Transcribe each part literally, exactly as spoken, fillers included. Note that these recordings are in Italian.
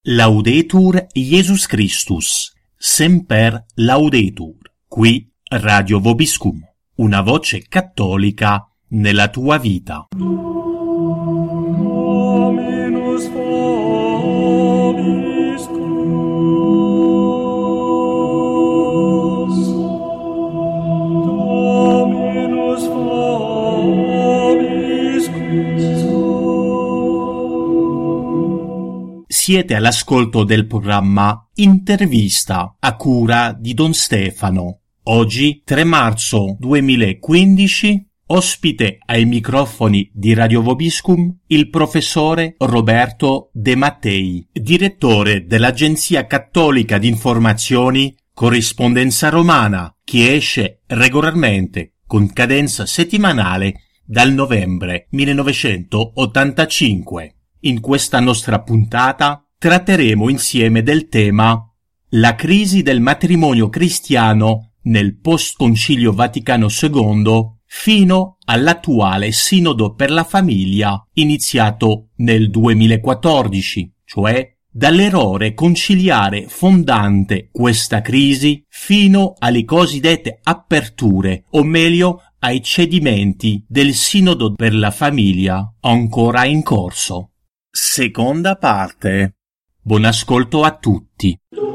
Laudetur Jesus Christus, semper laudetur, qui Radio Vobiscum, una voce cattolica nella tua vita. Dominus vobiscus, Dominus vobiscus. Siete all'ascolto del programma Intervista a cura di Don Stefano. Oggi, tre marzo duemilaquindici, ospite ai microfoni di Radio Vobiscum il professore Roberto De Mattei, direttore dell'Agenzia Cattolica di Informazioni Corrispondenza Romana, che esce regolarmente con cadenza settimanale dal novembre millenovecentottantacinque. In questa nostra puntata tratteremo insieme del tema la crisi del matrimonio cristiano nel post-concilio Vaticano secondo fino all'attuale Sinodo per la famiglia iniziato nel duemilaquattordici, cioè dall'errore conciliare fondante questa crisi fino alle cosiddette aperture, o meglio ai cedimenti del Sinodo per la famiglia ancora in corso. Seconda parte. Buon ascolto a tutti.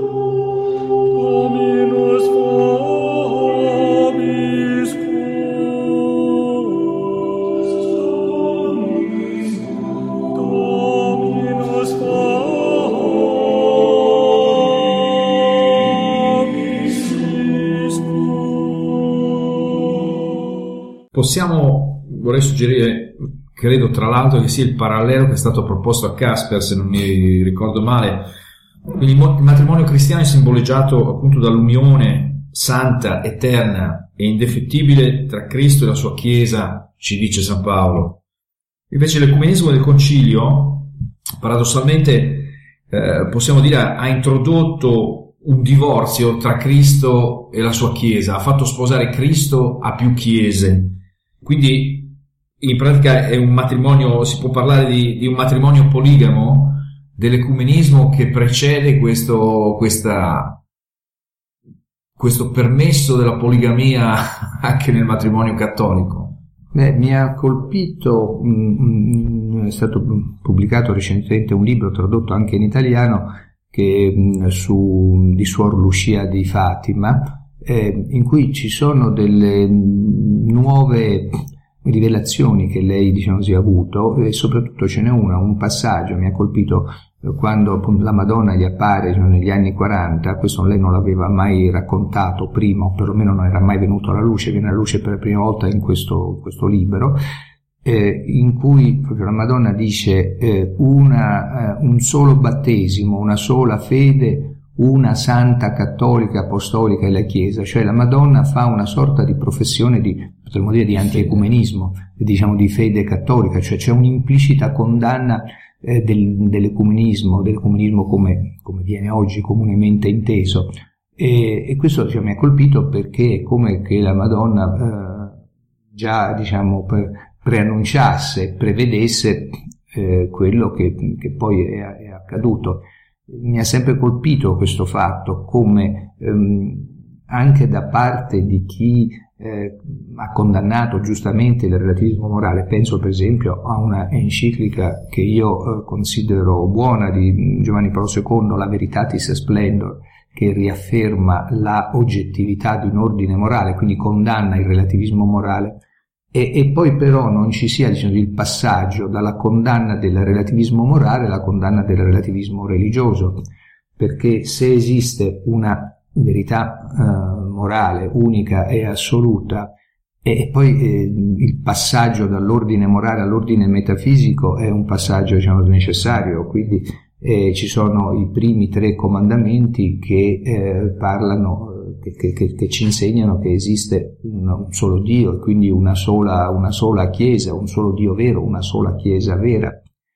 Dominus vobiscus, Dominus vobiscus. Possiamo, vorrei suggerire, credo tra l'altro che sia il parallelo che è stato proposto a Casper, se non mi ricordo male. Quindi il matrimonio cristiano è simboleggiato appunto dall'unione santa, eterna e indefettibile tra Cristo e la sua Chiesa, ci dice San Paolo. Invece l'ecumenismo del concilio, paradossalmente, eh, possiamo dire, ha introdotto un divorzio tra Cristo e la sua Chiesa, ha fatto sposare Cristo a più chiese. Quindi in pratica è un matrimonio, si può parlare di, di un matrimonio poligamo, dell'ecumenismo che precede questo, questa, questo permesso della poligamia anche nel matrimonio cattolico. Beh, mi ha colpito, mh, è stato pubblicato recentemente un libro tradotto anche in italiano che, mh, su, di Suor Lucia di Fatima, eh, in cui ci sono delle nuove rivelazioni che lei, diciamo così, ha avuto, e soprattutto ce n'è una, un passaggio mi ha colpito quando appunto la Madonna gli appare, diciamo, negli anni quaranta. Questo lei non l'aveva mai raccontato prima, o perlomeno non era mai venuto alla luce, viene alla luce per la prima volta in questo, questo libro, eh, in cui proprio la Madonna dice eh, una, eh, un solo battesimo, una sola fede, una santa cattolica apostolica e la Chiesa. Cioè la Madonna fa una sorta di professione di, potremmo dire, di antiecumenismo, diciamo di fede cattolica, cioè c'è un'implicita condanna eh, del, dell'ecumenismo, dell'ecumenismo come, come viene oggi comunemente inteso, e, e questo, diciamo, mi ha colpito perché è come che la Madonna eh, già, diciamo, pre- preannunciasse, prevedesse eh, quello che, che poi è, è accaduto. Mi ha sempre colpito questo fatto, come ehm, anche da parte di chi eh, ha condannato giustamente il relativismo morale, penso per esempio a una enciclica che io eh, considero buona di Giovanni Paolo secondo, la Veritatis Splendor, che riafferma la oggettività di un ordine morale, quindi condanna il relativismo morale. E, e poi però non ci sia, diciamo, il passaggio dalla condanna del relativismo morale alla condanna del relativismo religioso, perché se esiste una verità eh, morale unica e assoluta, e, e poi eh, il passaggio dall'ordine morale all'ordine metafisico è un passaggio, diciamo, necessario. Quindi eh, ci sono i primi tre comandamenti che eh, parlano, Che, che, che ci insegnano che esiste un, un solo Dio, e quindi una sola, una sola Chiesa, un solo Dio vero, una sola Chiesa vera,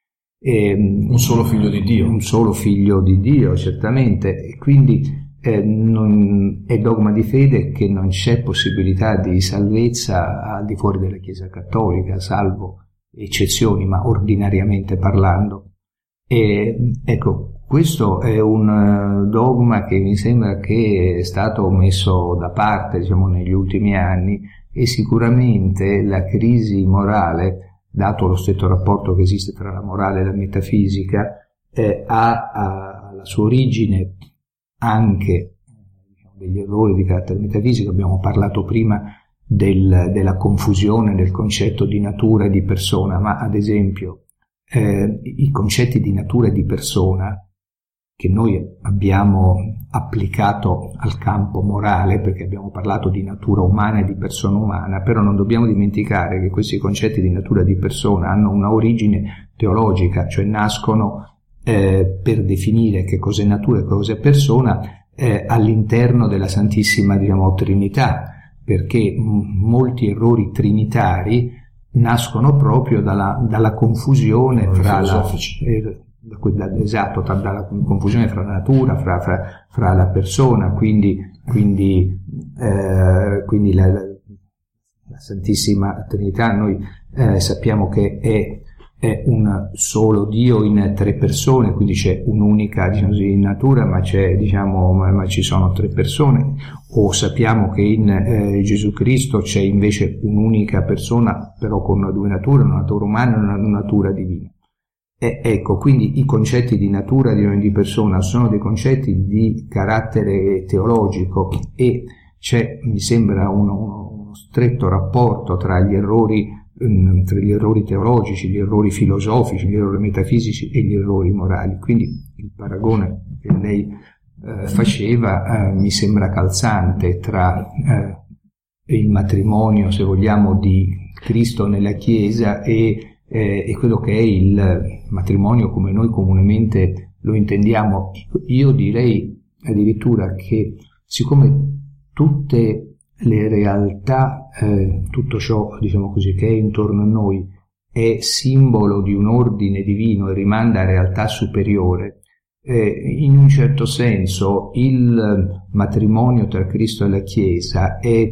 e, un solo figlio di Dio, un solo figlio di Dio, certamente. E quindi eh, non, è dogma di fede che non c'è possibilità di salvezza al di fuori della Chiesa cattolica, salvo eccezioni, ma ordinariamente parlando. E ecco, Questo è un dogma che mi sembra che è stato messo da parte, diciamo, negli ultimi anni, e sicuramente la crisi morale, dato lo stretto rapporto che esiste tra la morale e la metafisica, eh, ha, ha la sua origine anche degli errori di carattere metafisico. Abbiamo parlato prima del, della confusione del concetto di natura e di persona, ma ad esempio eh, i concetti di natura e di persona che noi abbiamo applicato al campo morale, perché abbiamo parlato di natura umana e di persona umana, però non dobbiamo dimenticare che questi concetti di natura e di persona hanno una origine teologica, cioè nascono eh, per definire che cos'è natura e cos'è persona eh, all'interno della Santissima, diciamo, Trinità, perché m- molti errori trinitari nascono proprio dalla, dalla confusione Errori fra la... Eh, esatto, tra, dalla confusione fra la natura, fra, fra, fra la persona, quindi, quindi, eh, quindi la, la Santissima Trinità noi eh, sappiamo che è, è un solo Dio in tre persone, quindi c'è un'unica, diciamo così, natura, ma c'è, diciamo, ma, ma ci sono tre persone, o sappiamo che in eh, Gesù Cristo c'è invece un'unica persona, però con due nature, una natura umana e una natura divina. E ecco, quindi i concetti di natura e di persona sono dei concetti di carattere teologico, e c'è, mi sembra, uno, uno stretto rapporto tra gli errori, um, tra gli errori teologici, gli errori filosofici, gli errori metafisici e gli errori morali. Quindi il paragone che lei eh, faceva eh, mi sembra calzante tra eh, il matrimonio, se vogliamo, di Cristo nella Chiesa e Eh, e quello che è il matrimonio come noi comunemente lo intendiamo. Io direi addirittura che, siccome tutte le realtà, eh, tutto ciò, diciamo così, che è intorno a noi è simbolo di un ordine divino e rimanda a realtà superiore, eh, in un certo senso il matrimonio tra Cristo e la Chiesa è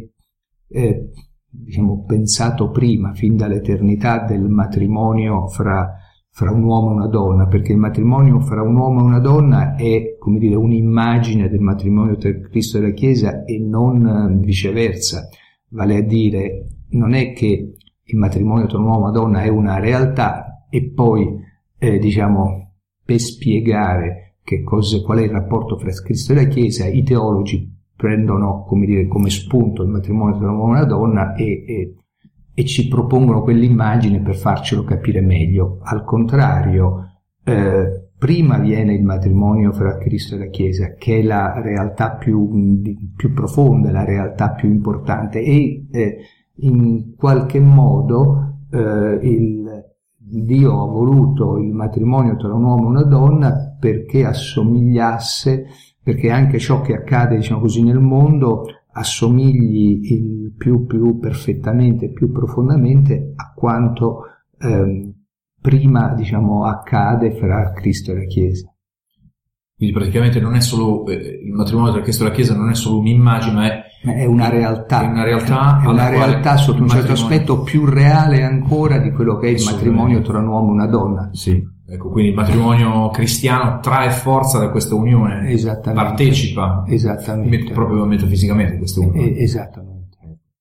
eh, diciamo pensato prima, fin dall'eternità, del matrimonio fra, fra un uomo e una donna, perché il matrimonio fra un uomo e una donna è, come dire, un'immagine del matrimonio tra Cristo e la Chiesa e non viceversa. Vale a dire, non è che il matrimonio tra un uomo e una donna è una realtà e poi eh, diciamo per spiegare che cosa, qual è il rapporto fra Cristo e la Chiesa, i teologi prendono, come dire, come spunto il matrimonio tra un uomo e una donna e, e, e ci propongono quell'immagine per farcelo capire meglio. Al contrario, eh, prima viene il matrimonio fra Cristo e la Chiesa, che è la realtà più, più profonda, la realtà più importante, e eh, in qualche modo eh, il, Dio ha voluto il matrimonio tra un uomo e una donna perché assomigliasse, perché anche ciò che accade, diciamo così, nel mondo assomigli il più più perfettamente, più profondamente a quanto ehm, prima, diciamo, accade fra Cristo e la Chiesa. Quindi praticamente non è solo eh, il matrimonio tra Cristo e la Chiesa non è solo un'immagine, ma è, è una realtà, è una realtà, è una realtà sotto un certo matrimonio... aspetto più reale ancora di quello che è il matrimonio tra un uomo e una donna. Sì. Ecco, quindi il matrimonio cristiano trae forza da questa unione, partecipa esattamente, proprio metafisicamente a questa unione. Esattamente.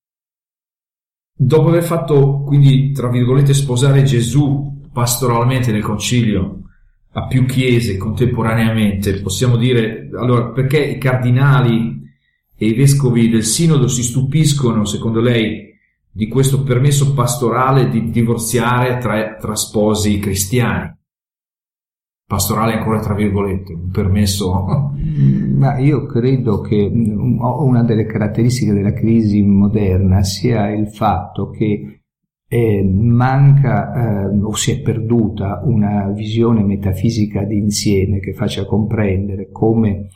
Dopo aver fatto, quindi, tra virgolette, sposare Gesù pastoralmente nel concilio a più chiese contemporaneamente, possiamo dire, allora, perché i cardinali e i vescovi del sinodo si stupiscono, secondo lei, di questo permesso pastorale di divorziare tra, tra sposi cristiani? Pastorale ancora tra virgolette, un permesso. Ma io credo che una delle caratteristiche della crisi moderna sia il fatto che eh, manca eh, o si è perduta una visione metafisica d'insieme che faccia comprendere come,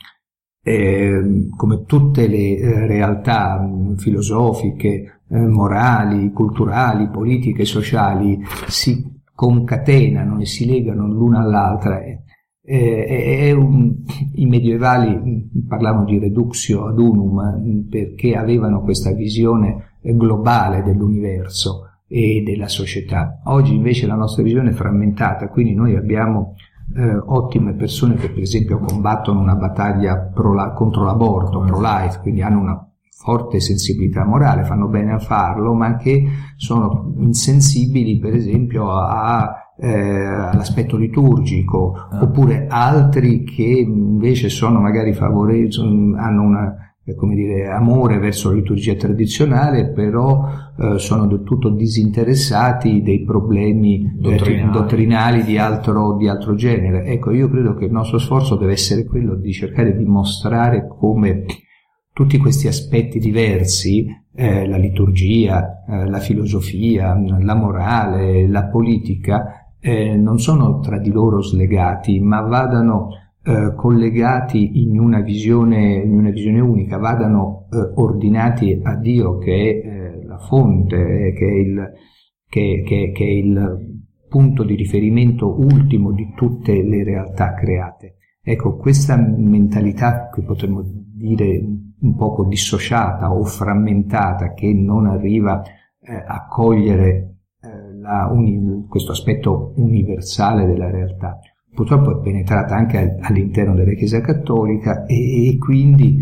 eh, come tutte le eh, realtà filosofiche, eh, morali, culturali, politiche, sociali si concatenano e si legano l'una all'altra. Eh, eh, è un, i medievali parlavano di reductio ad unum perché avevano questa visione globale dell'universo e della società. Oggi invece la nostra visione è frammentata, quindi noi abbiamo eh, ottime persone che per esempio combattono una battaglia pro la, contro l'aborto, pro-life, quindi hanno una forte sensibilità morale, fanno bene a farlo, ma che sono insensibili per esempio a, eh, all'aspetto liturgico, ah. oppure altri che invece sono magari favorevoli, hanno una, come dire, amore verso la liturgia tradizionale, però eh, sono del tutto disinteressati dei problemi dottrinali, eh, dottrinali di, altro, di altro genere. Ecco, io credo che il nostro sforzo deve essere quello di cercare di mostrare come tutti questi aspetti diversi, eh, la liturgia, eh, la filosofia, la morale, la politica, eh, non sono tra di loro slegati, ma vadano eh, collegati in una visione, in una visione unica, vadano eh, ordinati a Dio, che è eh, la fonte, che è il, che, che, che è il punto di riferimento ultimo di tutte le realtà create. Ecco, questa mentalità che potremmo dire un poco dissociata o frammentata, che non arriva eh, a cogliere eh, la uni, questo aspetto universale della realtà, purtroppo è penetrata anche all'interno della Chiesa Cattolica, e, e quindi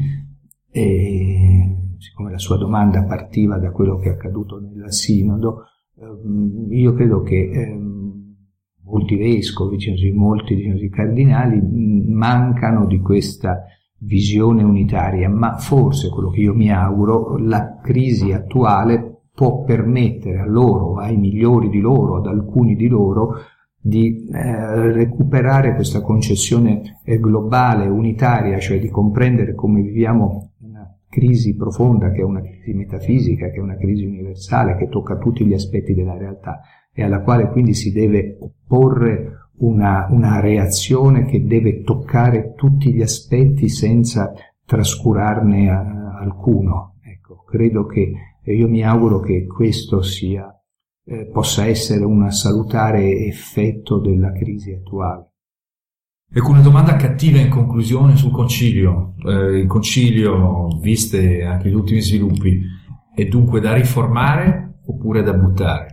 eh, siccome la sua domanda partiva da quello che è accaduto nel Sinodo, eh, io credo che eh, molti vescovi, diciamo, molti diciamo, cardinali mancano di questa visione unitaria, ma forse quello che io mi auguro, la crisi attuale può permettere a loro, ai migliori di loro, ad alcuni di loro, di eh, recuperare questa concezione eh, globale, unitaria, cioè di comprendere come viviamo una crisi profonda, che è una crisi metafisica, che è una crisi universale, che tocca tutti gli aspetti della realtà, e alla quale quindi si deve opporre una, una reazione che deve toccare tutti gli aspetti senza trascurarne a, alcuno. Ecco, credo che, eh, io mi auguro che questo sia, eh, possa essere un salutare effetto della crisi attuale. Ecco, una domanda cattiva in conclusione sul concilio. Eh, il concilio, viste anche gli ultimi sviluppi, è dunque da riformare oppure da buttare?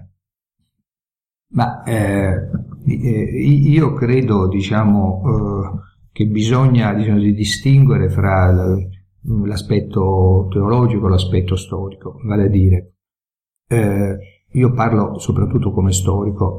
Ma eh, io credo, diciamo, eh, che bisogna, diciamo, di distinguere fra l'aspetto teologico e l'aspetto storico, vale a dire, eh, io parlo soprattutto come storico,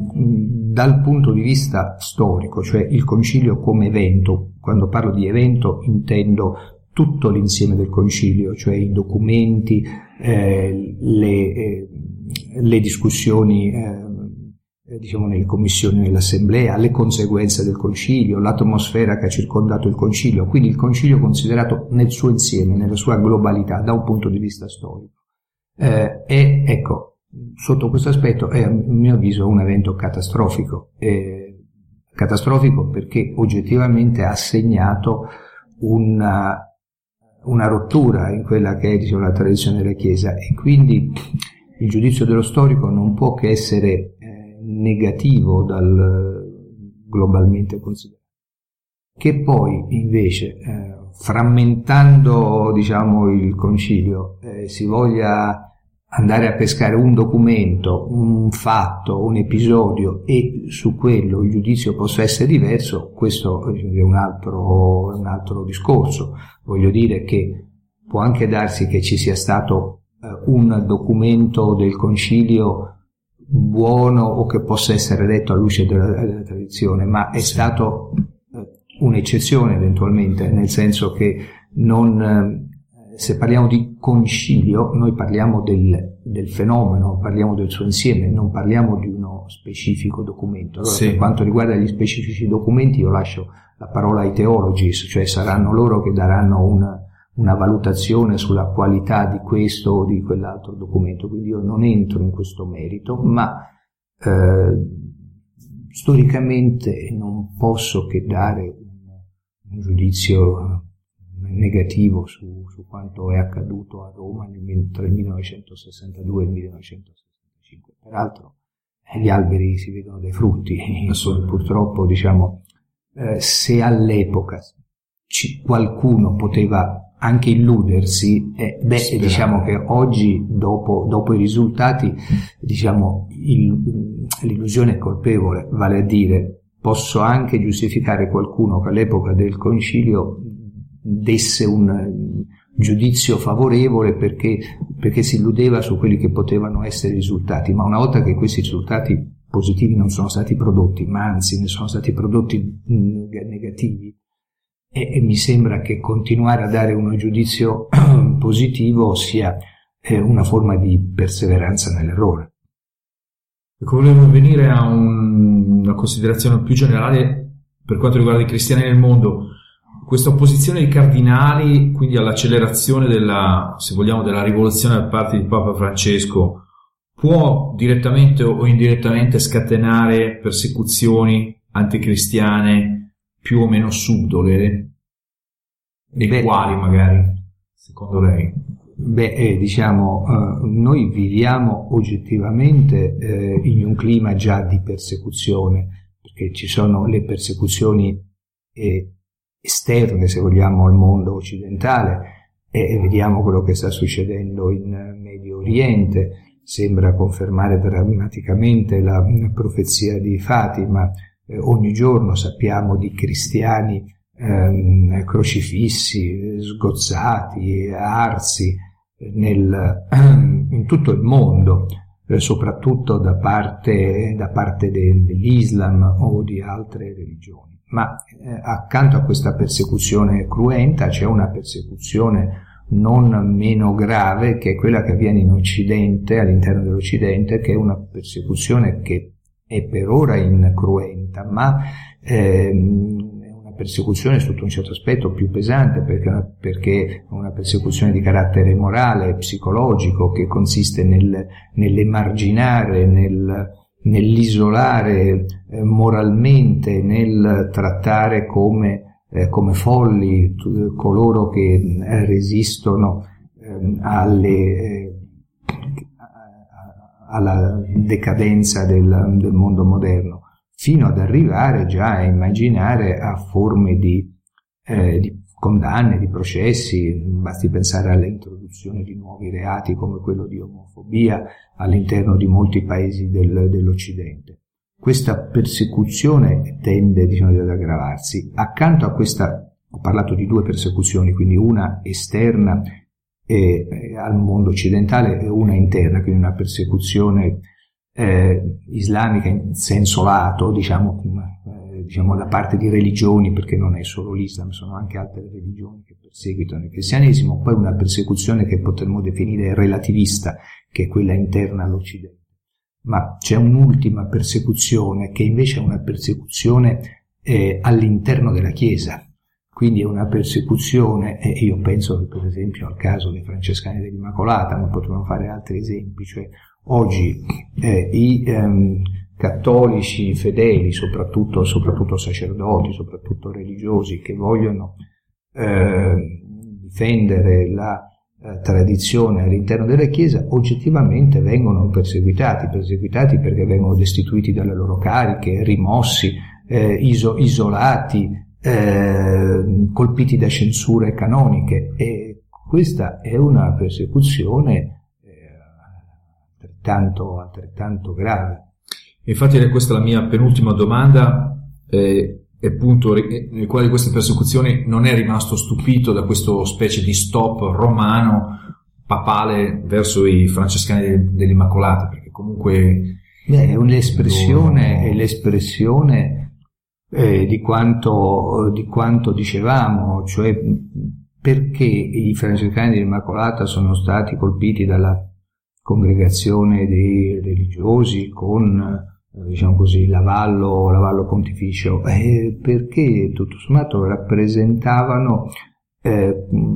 dal punto di vista storico, cioè il concilio come evento. Quando parlo di evento intendo tutto l'insieme del concilio, cioè i documenti, eh, le, eh, le discussioni, eh, diciamo nelle commissioni, nell'assemblea, le conseguenze del concilio, l'atmosfera che ha circondato il concilio, quindi il concilio considerato nel suo insieme, nella sua globalità, da un punto di vista storico. Eh, e ecco, sotto questo aspetto è a mio avviso un evento catastrofico, eh, catastrofico perché oggettivamente ha segnato una, una rottura in quella che è, diciamo, la tradizione della Chiesa, e quindi il giudizio dello storico non può che essere negativo dal globalmente considerato. Che poi invece eh, frammentando, diciamo, il concilio eh, si voglia andare a pescare un documento, un fatto, un episodio, e su quello il giudizio possa essere diverso, questo è un altro, è un altro discorso. Voglio dire che può anche darsi che ci sia stato eh, un documento del concilio buono o che possa essere letto a luce della, della tradizione, ma è stato eh, un'eccezione eventualmente, nel senso che non, eh, se parliamo di concilio noi parliamo del, del fenomeno, parliamo del suo insieme, non parliamo di uno specifico documento. Allora, sì. Per quanto riguarda gli specifici documenti io lascio la parola ai theologists, cioè saranno loro che daranno una una valutazione sulla qualità di questo o di quell'altro documento, quindi io non entro in questo merito, ma eh, storicamente non posso che dare un, un giudizio negativo su, su quanto è accaduto a Roma nel, tra il millenovecentosessantadue e il millenovecentosessantacinque. Peraltro gli alberi si vedono dai frutti, purtroppo, diciamo, eh, se all'epoca ci, qualcuno poteva anche illudersi, eh, beh, diciamo che oggi dopo, dopo i risultati, diciamo, il, l'illusione è colpevole, vale a dire posso anche giustificare qualcuno che all'epoca del concilio desse un giudizio favorevole perché, perché si illudeva su quelli che potevano essere i risultati, ma una volta che questi risultati positivi non sono stati prodotti, ma anzi ne sono stati prodotti negativi, e, e mi sembra che continuare a dare un giudizio positivo sia eh, una forma di perseveranza nell'errore. Ecco, volevo venire a un, una considerazione più generale per quanto riguarda i cristiani nel mondo. Questa opposizione dei cardinali, quindi all'accelerazione della, se vogliamo, della rivoluzione da parte di Papa Francesco, può direttamente o indirettamente scatenare persecuzioni anticristiane più o meno subdole? E Beh, quali magari, secondo lei? Beh, eh, diciamo, eh, noi viviamo oggettivamente eh, in un clima già di persecuzione, perché ci sono le persecuzioni eh, esterne, se vogliamo, al mondo occidentale, e vediamo quello che sta succedendo in Medio Oriente. Sembra confermare drammaticamente la profezia di Fatima. Eh, ogni giorno sappiamo di cristiani ehm, crocifissi, sgozzati, arsi nel, in tutto il mondo, eh, soprattutto da parte, da parte dell'Islam o di altre religioni. Ma eh, accanto a questa persecuzione cruenta c'è una persecuzione non meno grave, che è quella che avviene in Occidente, all'interno dell'Occidente, che è una persecuzione che è per ora incruenta, ma ehm, è una persecuzione sotto un certo aspetto più pesante, perché, perché è una persecuzione di carattere morale, psicologico, che consiste nel, nell'emarginare, nel nell'isolare eh, moralmente, nel trattare come, eh, come folli t- coloro che eh, resistono eh, alle, eh, alla decadenza del, del mondo moderno, fino ad arrivare già a immaginare a forme di, eh, di condanne, di processi. Basti pensare all'introduzione di nuovi reati come quello di omofobia all'interno di molti paesi del, dell'Occidente. Questa persecuzione tende, diciamo, ad aggravarsi. Accanto a questa, ho parlato di due persecuzioni, quindi una esterna e, e al mondo occidentale e una interna, quindi una persecuzione eh, islamica in senso lato, diciamo, eh, diciamo da parte di religioni, perché non è solo l'Islam, sono anche altre religioni che perseguitano il cristianesimo, poi una persecuzione che potremmo definire relativista, che è quella interna all'Occidente. Ma c'è un'ultima persecuzione che invece è una persecuzione eh, all'interno della Chiesa, quindi è una persecuzione, e io penso per esempio al caso dei francescani dell'Immacolata, ma potremmo fare altri esempi, cioè oggi eh, i ehm, cattolici fedeli, soprattutto, soprattutto sacerdoti, soprattutto religiosi, che vogliono eh, difendere la eh, tradizione all'interno della Chiesa, oggettivamente vengono perseguitati, perseguitati perché vengono destituiti dalle loro cariche, rimossi, eh, iso, isolati, eh, colpiti da censure canoniche, e questa è una persecuzione eh, altrettanto, altrettanto grave. Infatti è questa la mia penultima domanda, eh, e appunto nel quale di queste persecuzioni non è rimasto stupito da questo specie di stop romano papale verso i francescani dell'Immacolata, perché comunque Beh, è l'espressione, è l'espressione eh, di quanto, di quanto dicevamo, cioè perché i francescani dell'Immacolata sono stati colpiti dalla congregazione dei religiosi con, diciamo così, l'avallo, l'avallo pontificio, eh, perché tutto sommato rappresentavano, eh,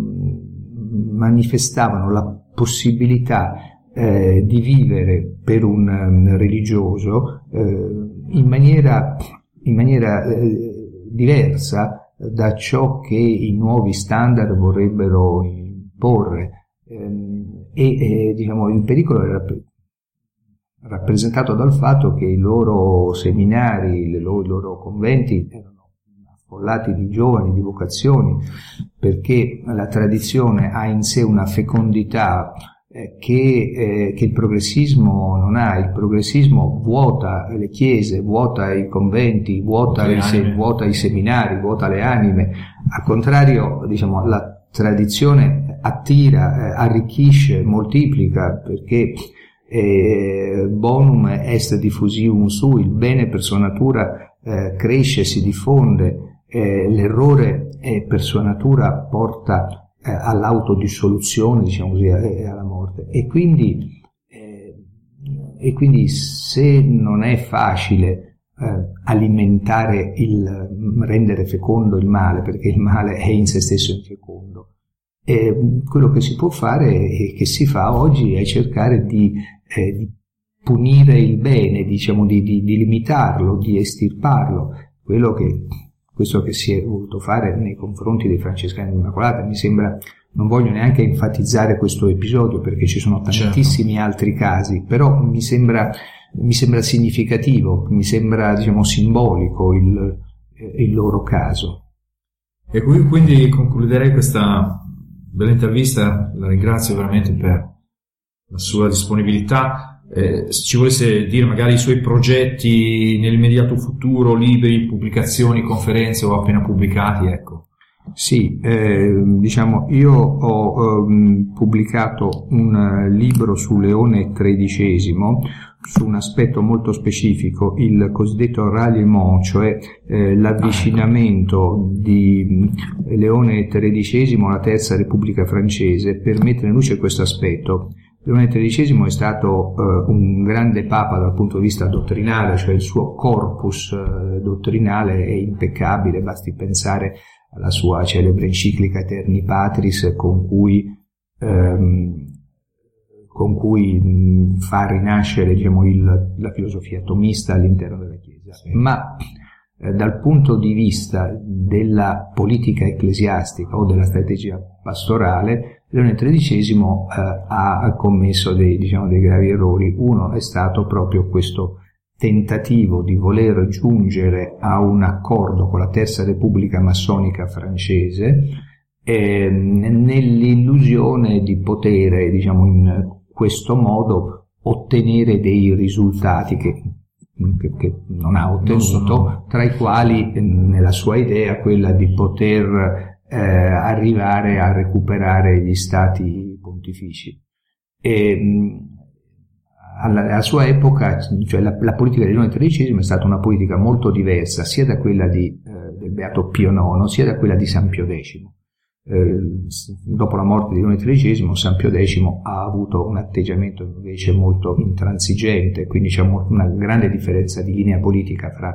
manifestavano la possibilità eh, di vivere per un um, religioso eh, in maniera, in maniera eh, diversa da ciò che i nuovi standard vorrebbero imporre, eh, e eh, diciamo il pericolo era rappresentato dal fatto che i loro seminari, i loro, i loro conventi erano affollati di giovani, di vocazioni, perché la tradizione ha in sé una fecondità eh, che, eh, che il progressismo non ha. Il progressismo vuota le chiese, vuota i conventi, vuota, i, se, vuota i seminari, vuota le anime. Al contrario, diciamo, la tradizione attira, eh, arricchisce, moltiplica, perché eh, bonum est diffusivum su, il bene per sua natura eh, cresce, si diffonde, eh, l'errore eh, per sua natura porta eh, all'autodissoluzione, diciamo così, eh, alla morte. E quindi, eh, e quindi se non è facile eh, alimentare il, rendere fecondo il male, perché il male è in se stesso infecondo, eh, quello che si può fare e che si fa oggi è cercare di, eh, di punire il bene, diciamo, di, di, di limitarlo, di estirparlo. Quello che, questo che si è voluto fare nei confronti dei francescani dell'Immacolata, mi sembra, non voglio neanche enfatizzare questo episodio perché ci sono tantissimi certo. altri casi, però mi sembra, mi sembra significativo, mi sembra, diciamo, simbolico il, il loro caso. E qui quindi concluderei questa bella intervista, la ringrazio veramente per la sua disponibilità. Eh, se ci volesse dire magari i suoi progetti nell'immediato futuro, libri, pubblicazioni, conferenze o appena pubblicati, ecco. Sì, eh, diciamo, io ho eh, pubblicato un libro su Leone tredicesimo, su un aspetto molto specifico, il cosiddetto ralliement, cioè eh, l'avvicinamento di Leone tredicesimo alla Terza Repubblica Francese, per mettere in luce questo aspetto. Leone tredicesimo è stato eh, un grande papa dal punto di vista dottrinale, cioè il suo corpus eh, dottrinale è impeccabile, basti pensare alla sua celebre enciclica Eterni Patris, con cui ehm, con cui mh, fa rinascere, diciamo, il, la filosofia tomista all'interno della Chiesa. Sì. Ma eh, dal punto di vista della politica ecclesiastica o della strategia pastorale, Leone tredicesimo eh, ha commesso dei, diciamo, dei gravi errori. Uno è stato proprio questo tentativo di voler giungere a un accordo con la Terza Repubblica Massonica francese, eh, nell'illusione di poter, diciamo, in questo modo ottenere dei risultati che, che, che non ha ottenuto, tra i quali, nella sua idea, quella di poter eh, arrivare a recuperare gli stati pontifici. E, alla, alla sua epoca, cioè la, la politica di Leone tredicesimo è stata una politica molto diversa sia da quella di, eh, del Beato Pio nono sia da quella di San Pio decimo. Eh, dopo la morte di Leone tredicesimo, San Pio decimo ha avuto un atteggiamento invece molto intransigente, quindi c'è una grande differenza di linea politica fra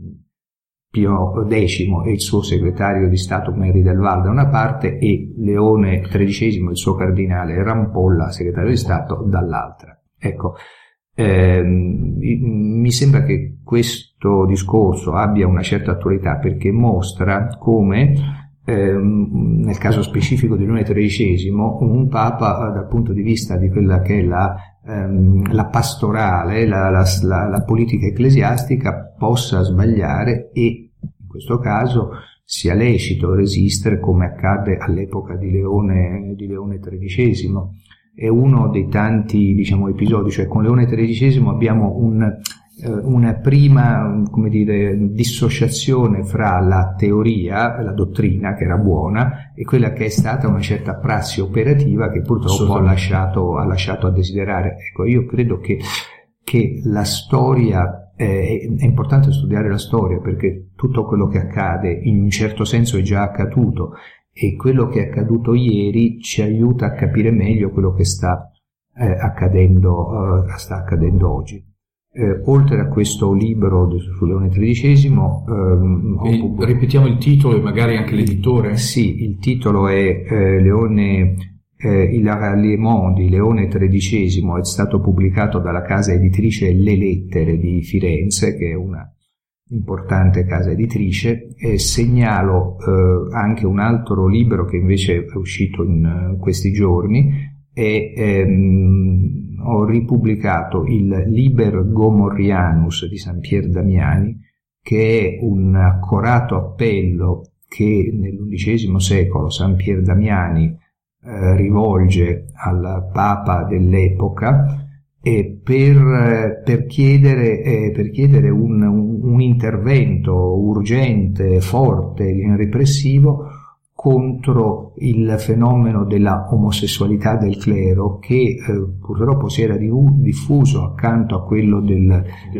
Pio decimo e il suo segretario di Stato Merry del Val da una parte e Leone tredicesimo e il suo cardinale Rampolla, segretario di Stato, dall'altra. Ecco, ehm, mi sembra che questo discorso abbia una certa attualità perché mostra come nel caso specifico di Leone tredicesimo, un papa dal punto di vista di quella che è la, ehm, la pastorale, la, la, la, la politica ecclesiastica, possa sbagliare e in questo caso sia lecito resistere, come accadde all'epoca di Leone, di Leone tredicesimo. È uno dei tanti, diciamo, episodi, cioè con Leone tredicesimo abbiamo un una prima, come dire, dissociazione fra la teoria, la dottrina che era buona e quella che è stata una certa prassi operativa che purtroppo ha lasciato, ha lasciato a desiderare. Ecco, io credo che, che la storia, eh, è importante studiare la storia perché tutto quello che accade in un certo senso è già accaduto e quello che è accaduto ieri ci aiuta a capire meglio quello che sta eh, accadendo, eh, sta accadendo oggi. Eh, oltre a questo libro su Leone tredicesimo, ehm, ho... ripetiamo il titolo e magari anche l'editore. Sì, il titolo è eh, Leone, eh, il ralliement di Leone tredicesimo, è stato pubblicato dalla casa editrice Le Lettere di Firenze, che è una importante casa editrice, e segnalo eh, anche un altro libro che invece è uscito in uh, questi giorni e ehm, ho ripubblicato il Liber Gomorrianus di San Pier Damiani, che è un accorato appello che nell'undicesimo secolo San Pier Damiani eh, rivolge al Papa dell'epoca e per, per chiedere, eh, per chiedere un, un, un intervento urgente, forte, repressivo contro il fenomeno della omosessualità del clero che eh, purtroppo si era diffuso accanto a quello del,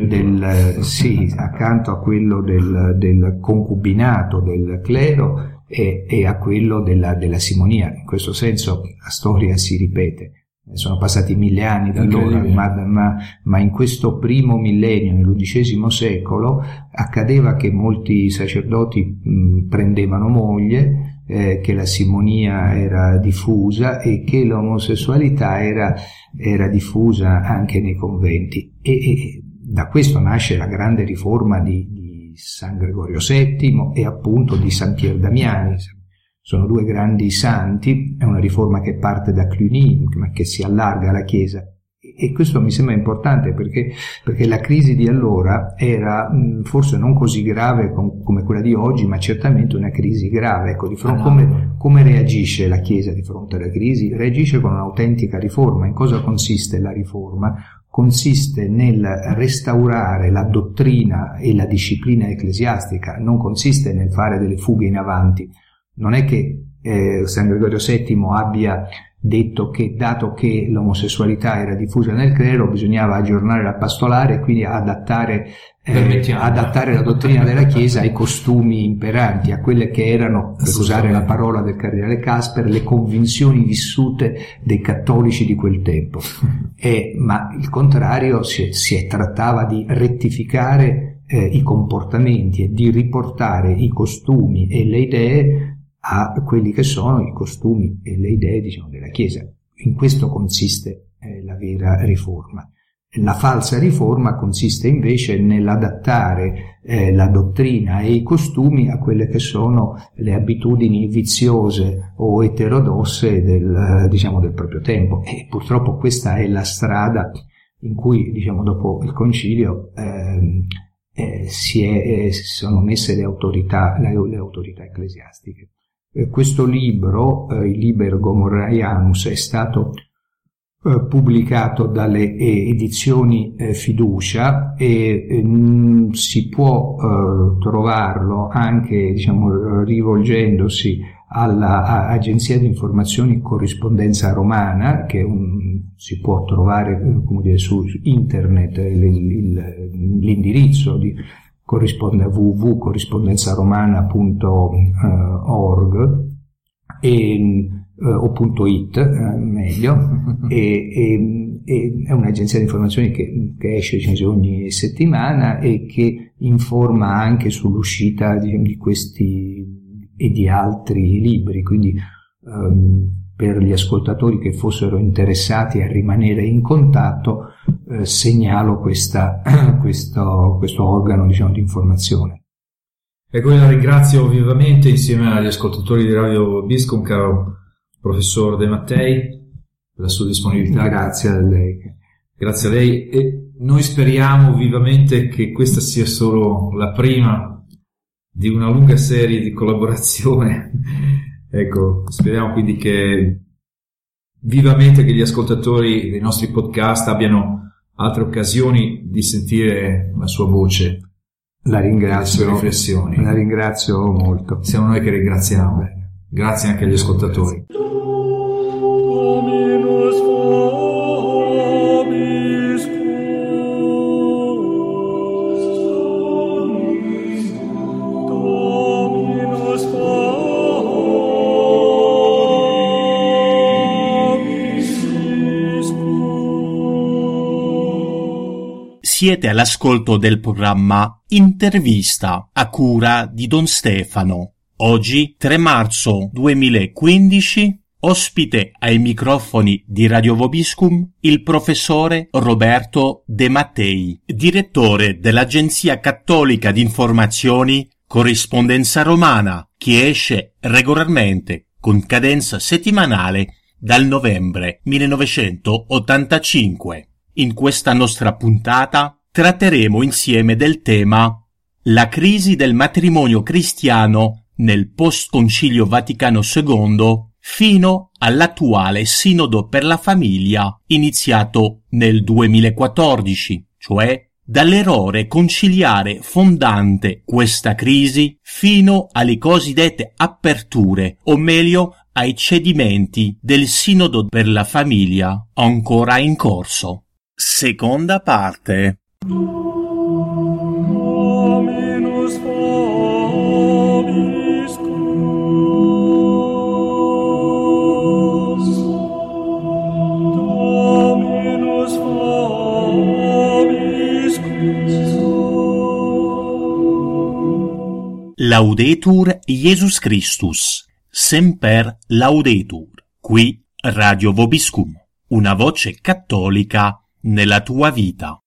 del sì, accanto a quello del, del concubinato del clero e, e a quello della, della simonia. In questo senso la storia si ripete. Sono passati mille anni da allora, ma, ma, ma in questo primo millennio, nell'undicesimo secolo, accadeva che molti sacerdoti mh, prendevano moglie, eh, che la simonia era diffusa e che l'omosessualità era, era diffusa anche nei conventi. E, e da questo nasce la grande riforma di, di San Gregorio settimo e appunto di San Pier Damiani. Sono due grandi santi, è una riforma che parte da Cluny, ma che si allarga alla Chiesa. E questo mi sembra importante perché, perché la crisi di allora era mh, forse non così grave com, come quella di oggi, ma certamente una crisi grave. Ecco, di fronte, come, come reagisce la Chiesa di fronte alla crisi? Reagisce con un'autentica riforma. In cosa consiste la riforma? Consiste nel restaurare la dottrina e la disciplina ecclesiastica, non consiste nel fare delle fughe in avanti. Non è che eh, San Gregorio settimo abbia detto che, dato che l'omosessualità era diffusa nel clero, bisognava aggiornare la pastorale e quindi adattare, eh, adattare la dottrina della Chiesa ai costumi imperanti, a quelle che erano, per usare la parola del cardinale Casper, le convinzioni vissute dei cattolici di quel tempo. E, ma il contrario, si, si trattava di rettificare eh, i comportamenti e di riportare i costumi e le idee a quelli che sono i costumi e le idee, diciamo, della Chiesa. In questo consiste eh, la vera riforma. La falsa riforma consiste invece nell'adattare eh, la dottrina e i costumi a quelle che sono le abitudini viziose o eterodosse del, diciamo, del proprio tempo. E purtroppo questa è la strada in cui, diciamo, dopo il concilio eh, eh, si, è, eh, si sono messe le autorità, le, le autorità ecclesiastiche. Questo libro, eh, il Liber Gomorraianus, è stato eh, pubblicato dalle eh, edizioni eh, Fiducia e eh, mh, si può eh, trovarlo anche, diciamo, rivolgendosi all'Agenzia di Informazioni Corrispondenza Romana, che è un, si può trovare, come dire, su internet il, il, l'indirizzo di corrisponde a w w w punto corrispondenzaromana punto org e, eh, o punto it, eh, meglio, e, e, e è un'agenzia di informazioni che, che esce, diciamo, ogni settimana e che informa anche sull'uscita di, di questi e di altri libri, quindi ehm, per gli ascoltatori che fossero interessati a rimanere in contatto, eh, segnalo questa, questo, questo organo, diciamo, di informazione. Ecco, io la ringrazio vivamente insieme agli ascoltatori di Radio Vobiscum, caro professor De Mattei, per la sua disponibilità. Grazie a lei. Grazie a lei, e noi speriamo vivamente che questa sia solo la prima di una lunga serie di collaborazione. Ecco, speriamo quindi che vivamente che gli ascoltatori dei nostri podcast abbiano altre occasioni di sentire la sua voce. La ringrazio. Le sue riflessioni. La ringrazio molto. Siamo noi che ringraziamo. Grazie anche agli ascoltatori. Siete all'ascolto del programma Intervista a cura di Don Stefano. Oggi, tre marzo duemilaquindici, ospite ai microfoni di Radio Vobiscum il professore Roberto De Mattei, direttore dell'Agenzia Cattolica di Informazioni Corrispondenza Romana, che esce regolarmente con cadenza settimanale dal novembre millenovecentottantacinque. In questa nostra puntata tratteremo insieme del tema la crisi del matrimonio cristiano nel post-concilio Vaticano secondo fino all'attuale Sinodo per la famiglia iniziato nel duemilaquattordici, cioè dall'errore conciliare fondante questa crisi fino alle cosiddette aperture, o meglio ai cedimenti del Sinodo per la famiglia ancora in corso. Seconda parte. Dominus vobiscus. Dominus vobiscus. Laudetur Jesus Christus, semper laudetur. Qui Radio Vobiscum, una voce cattolica nella tua vita.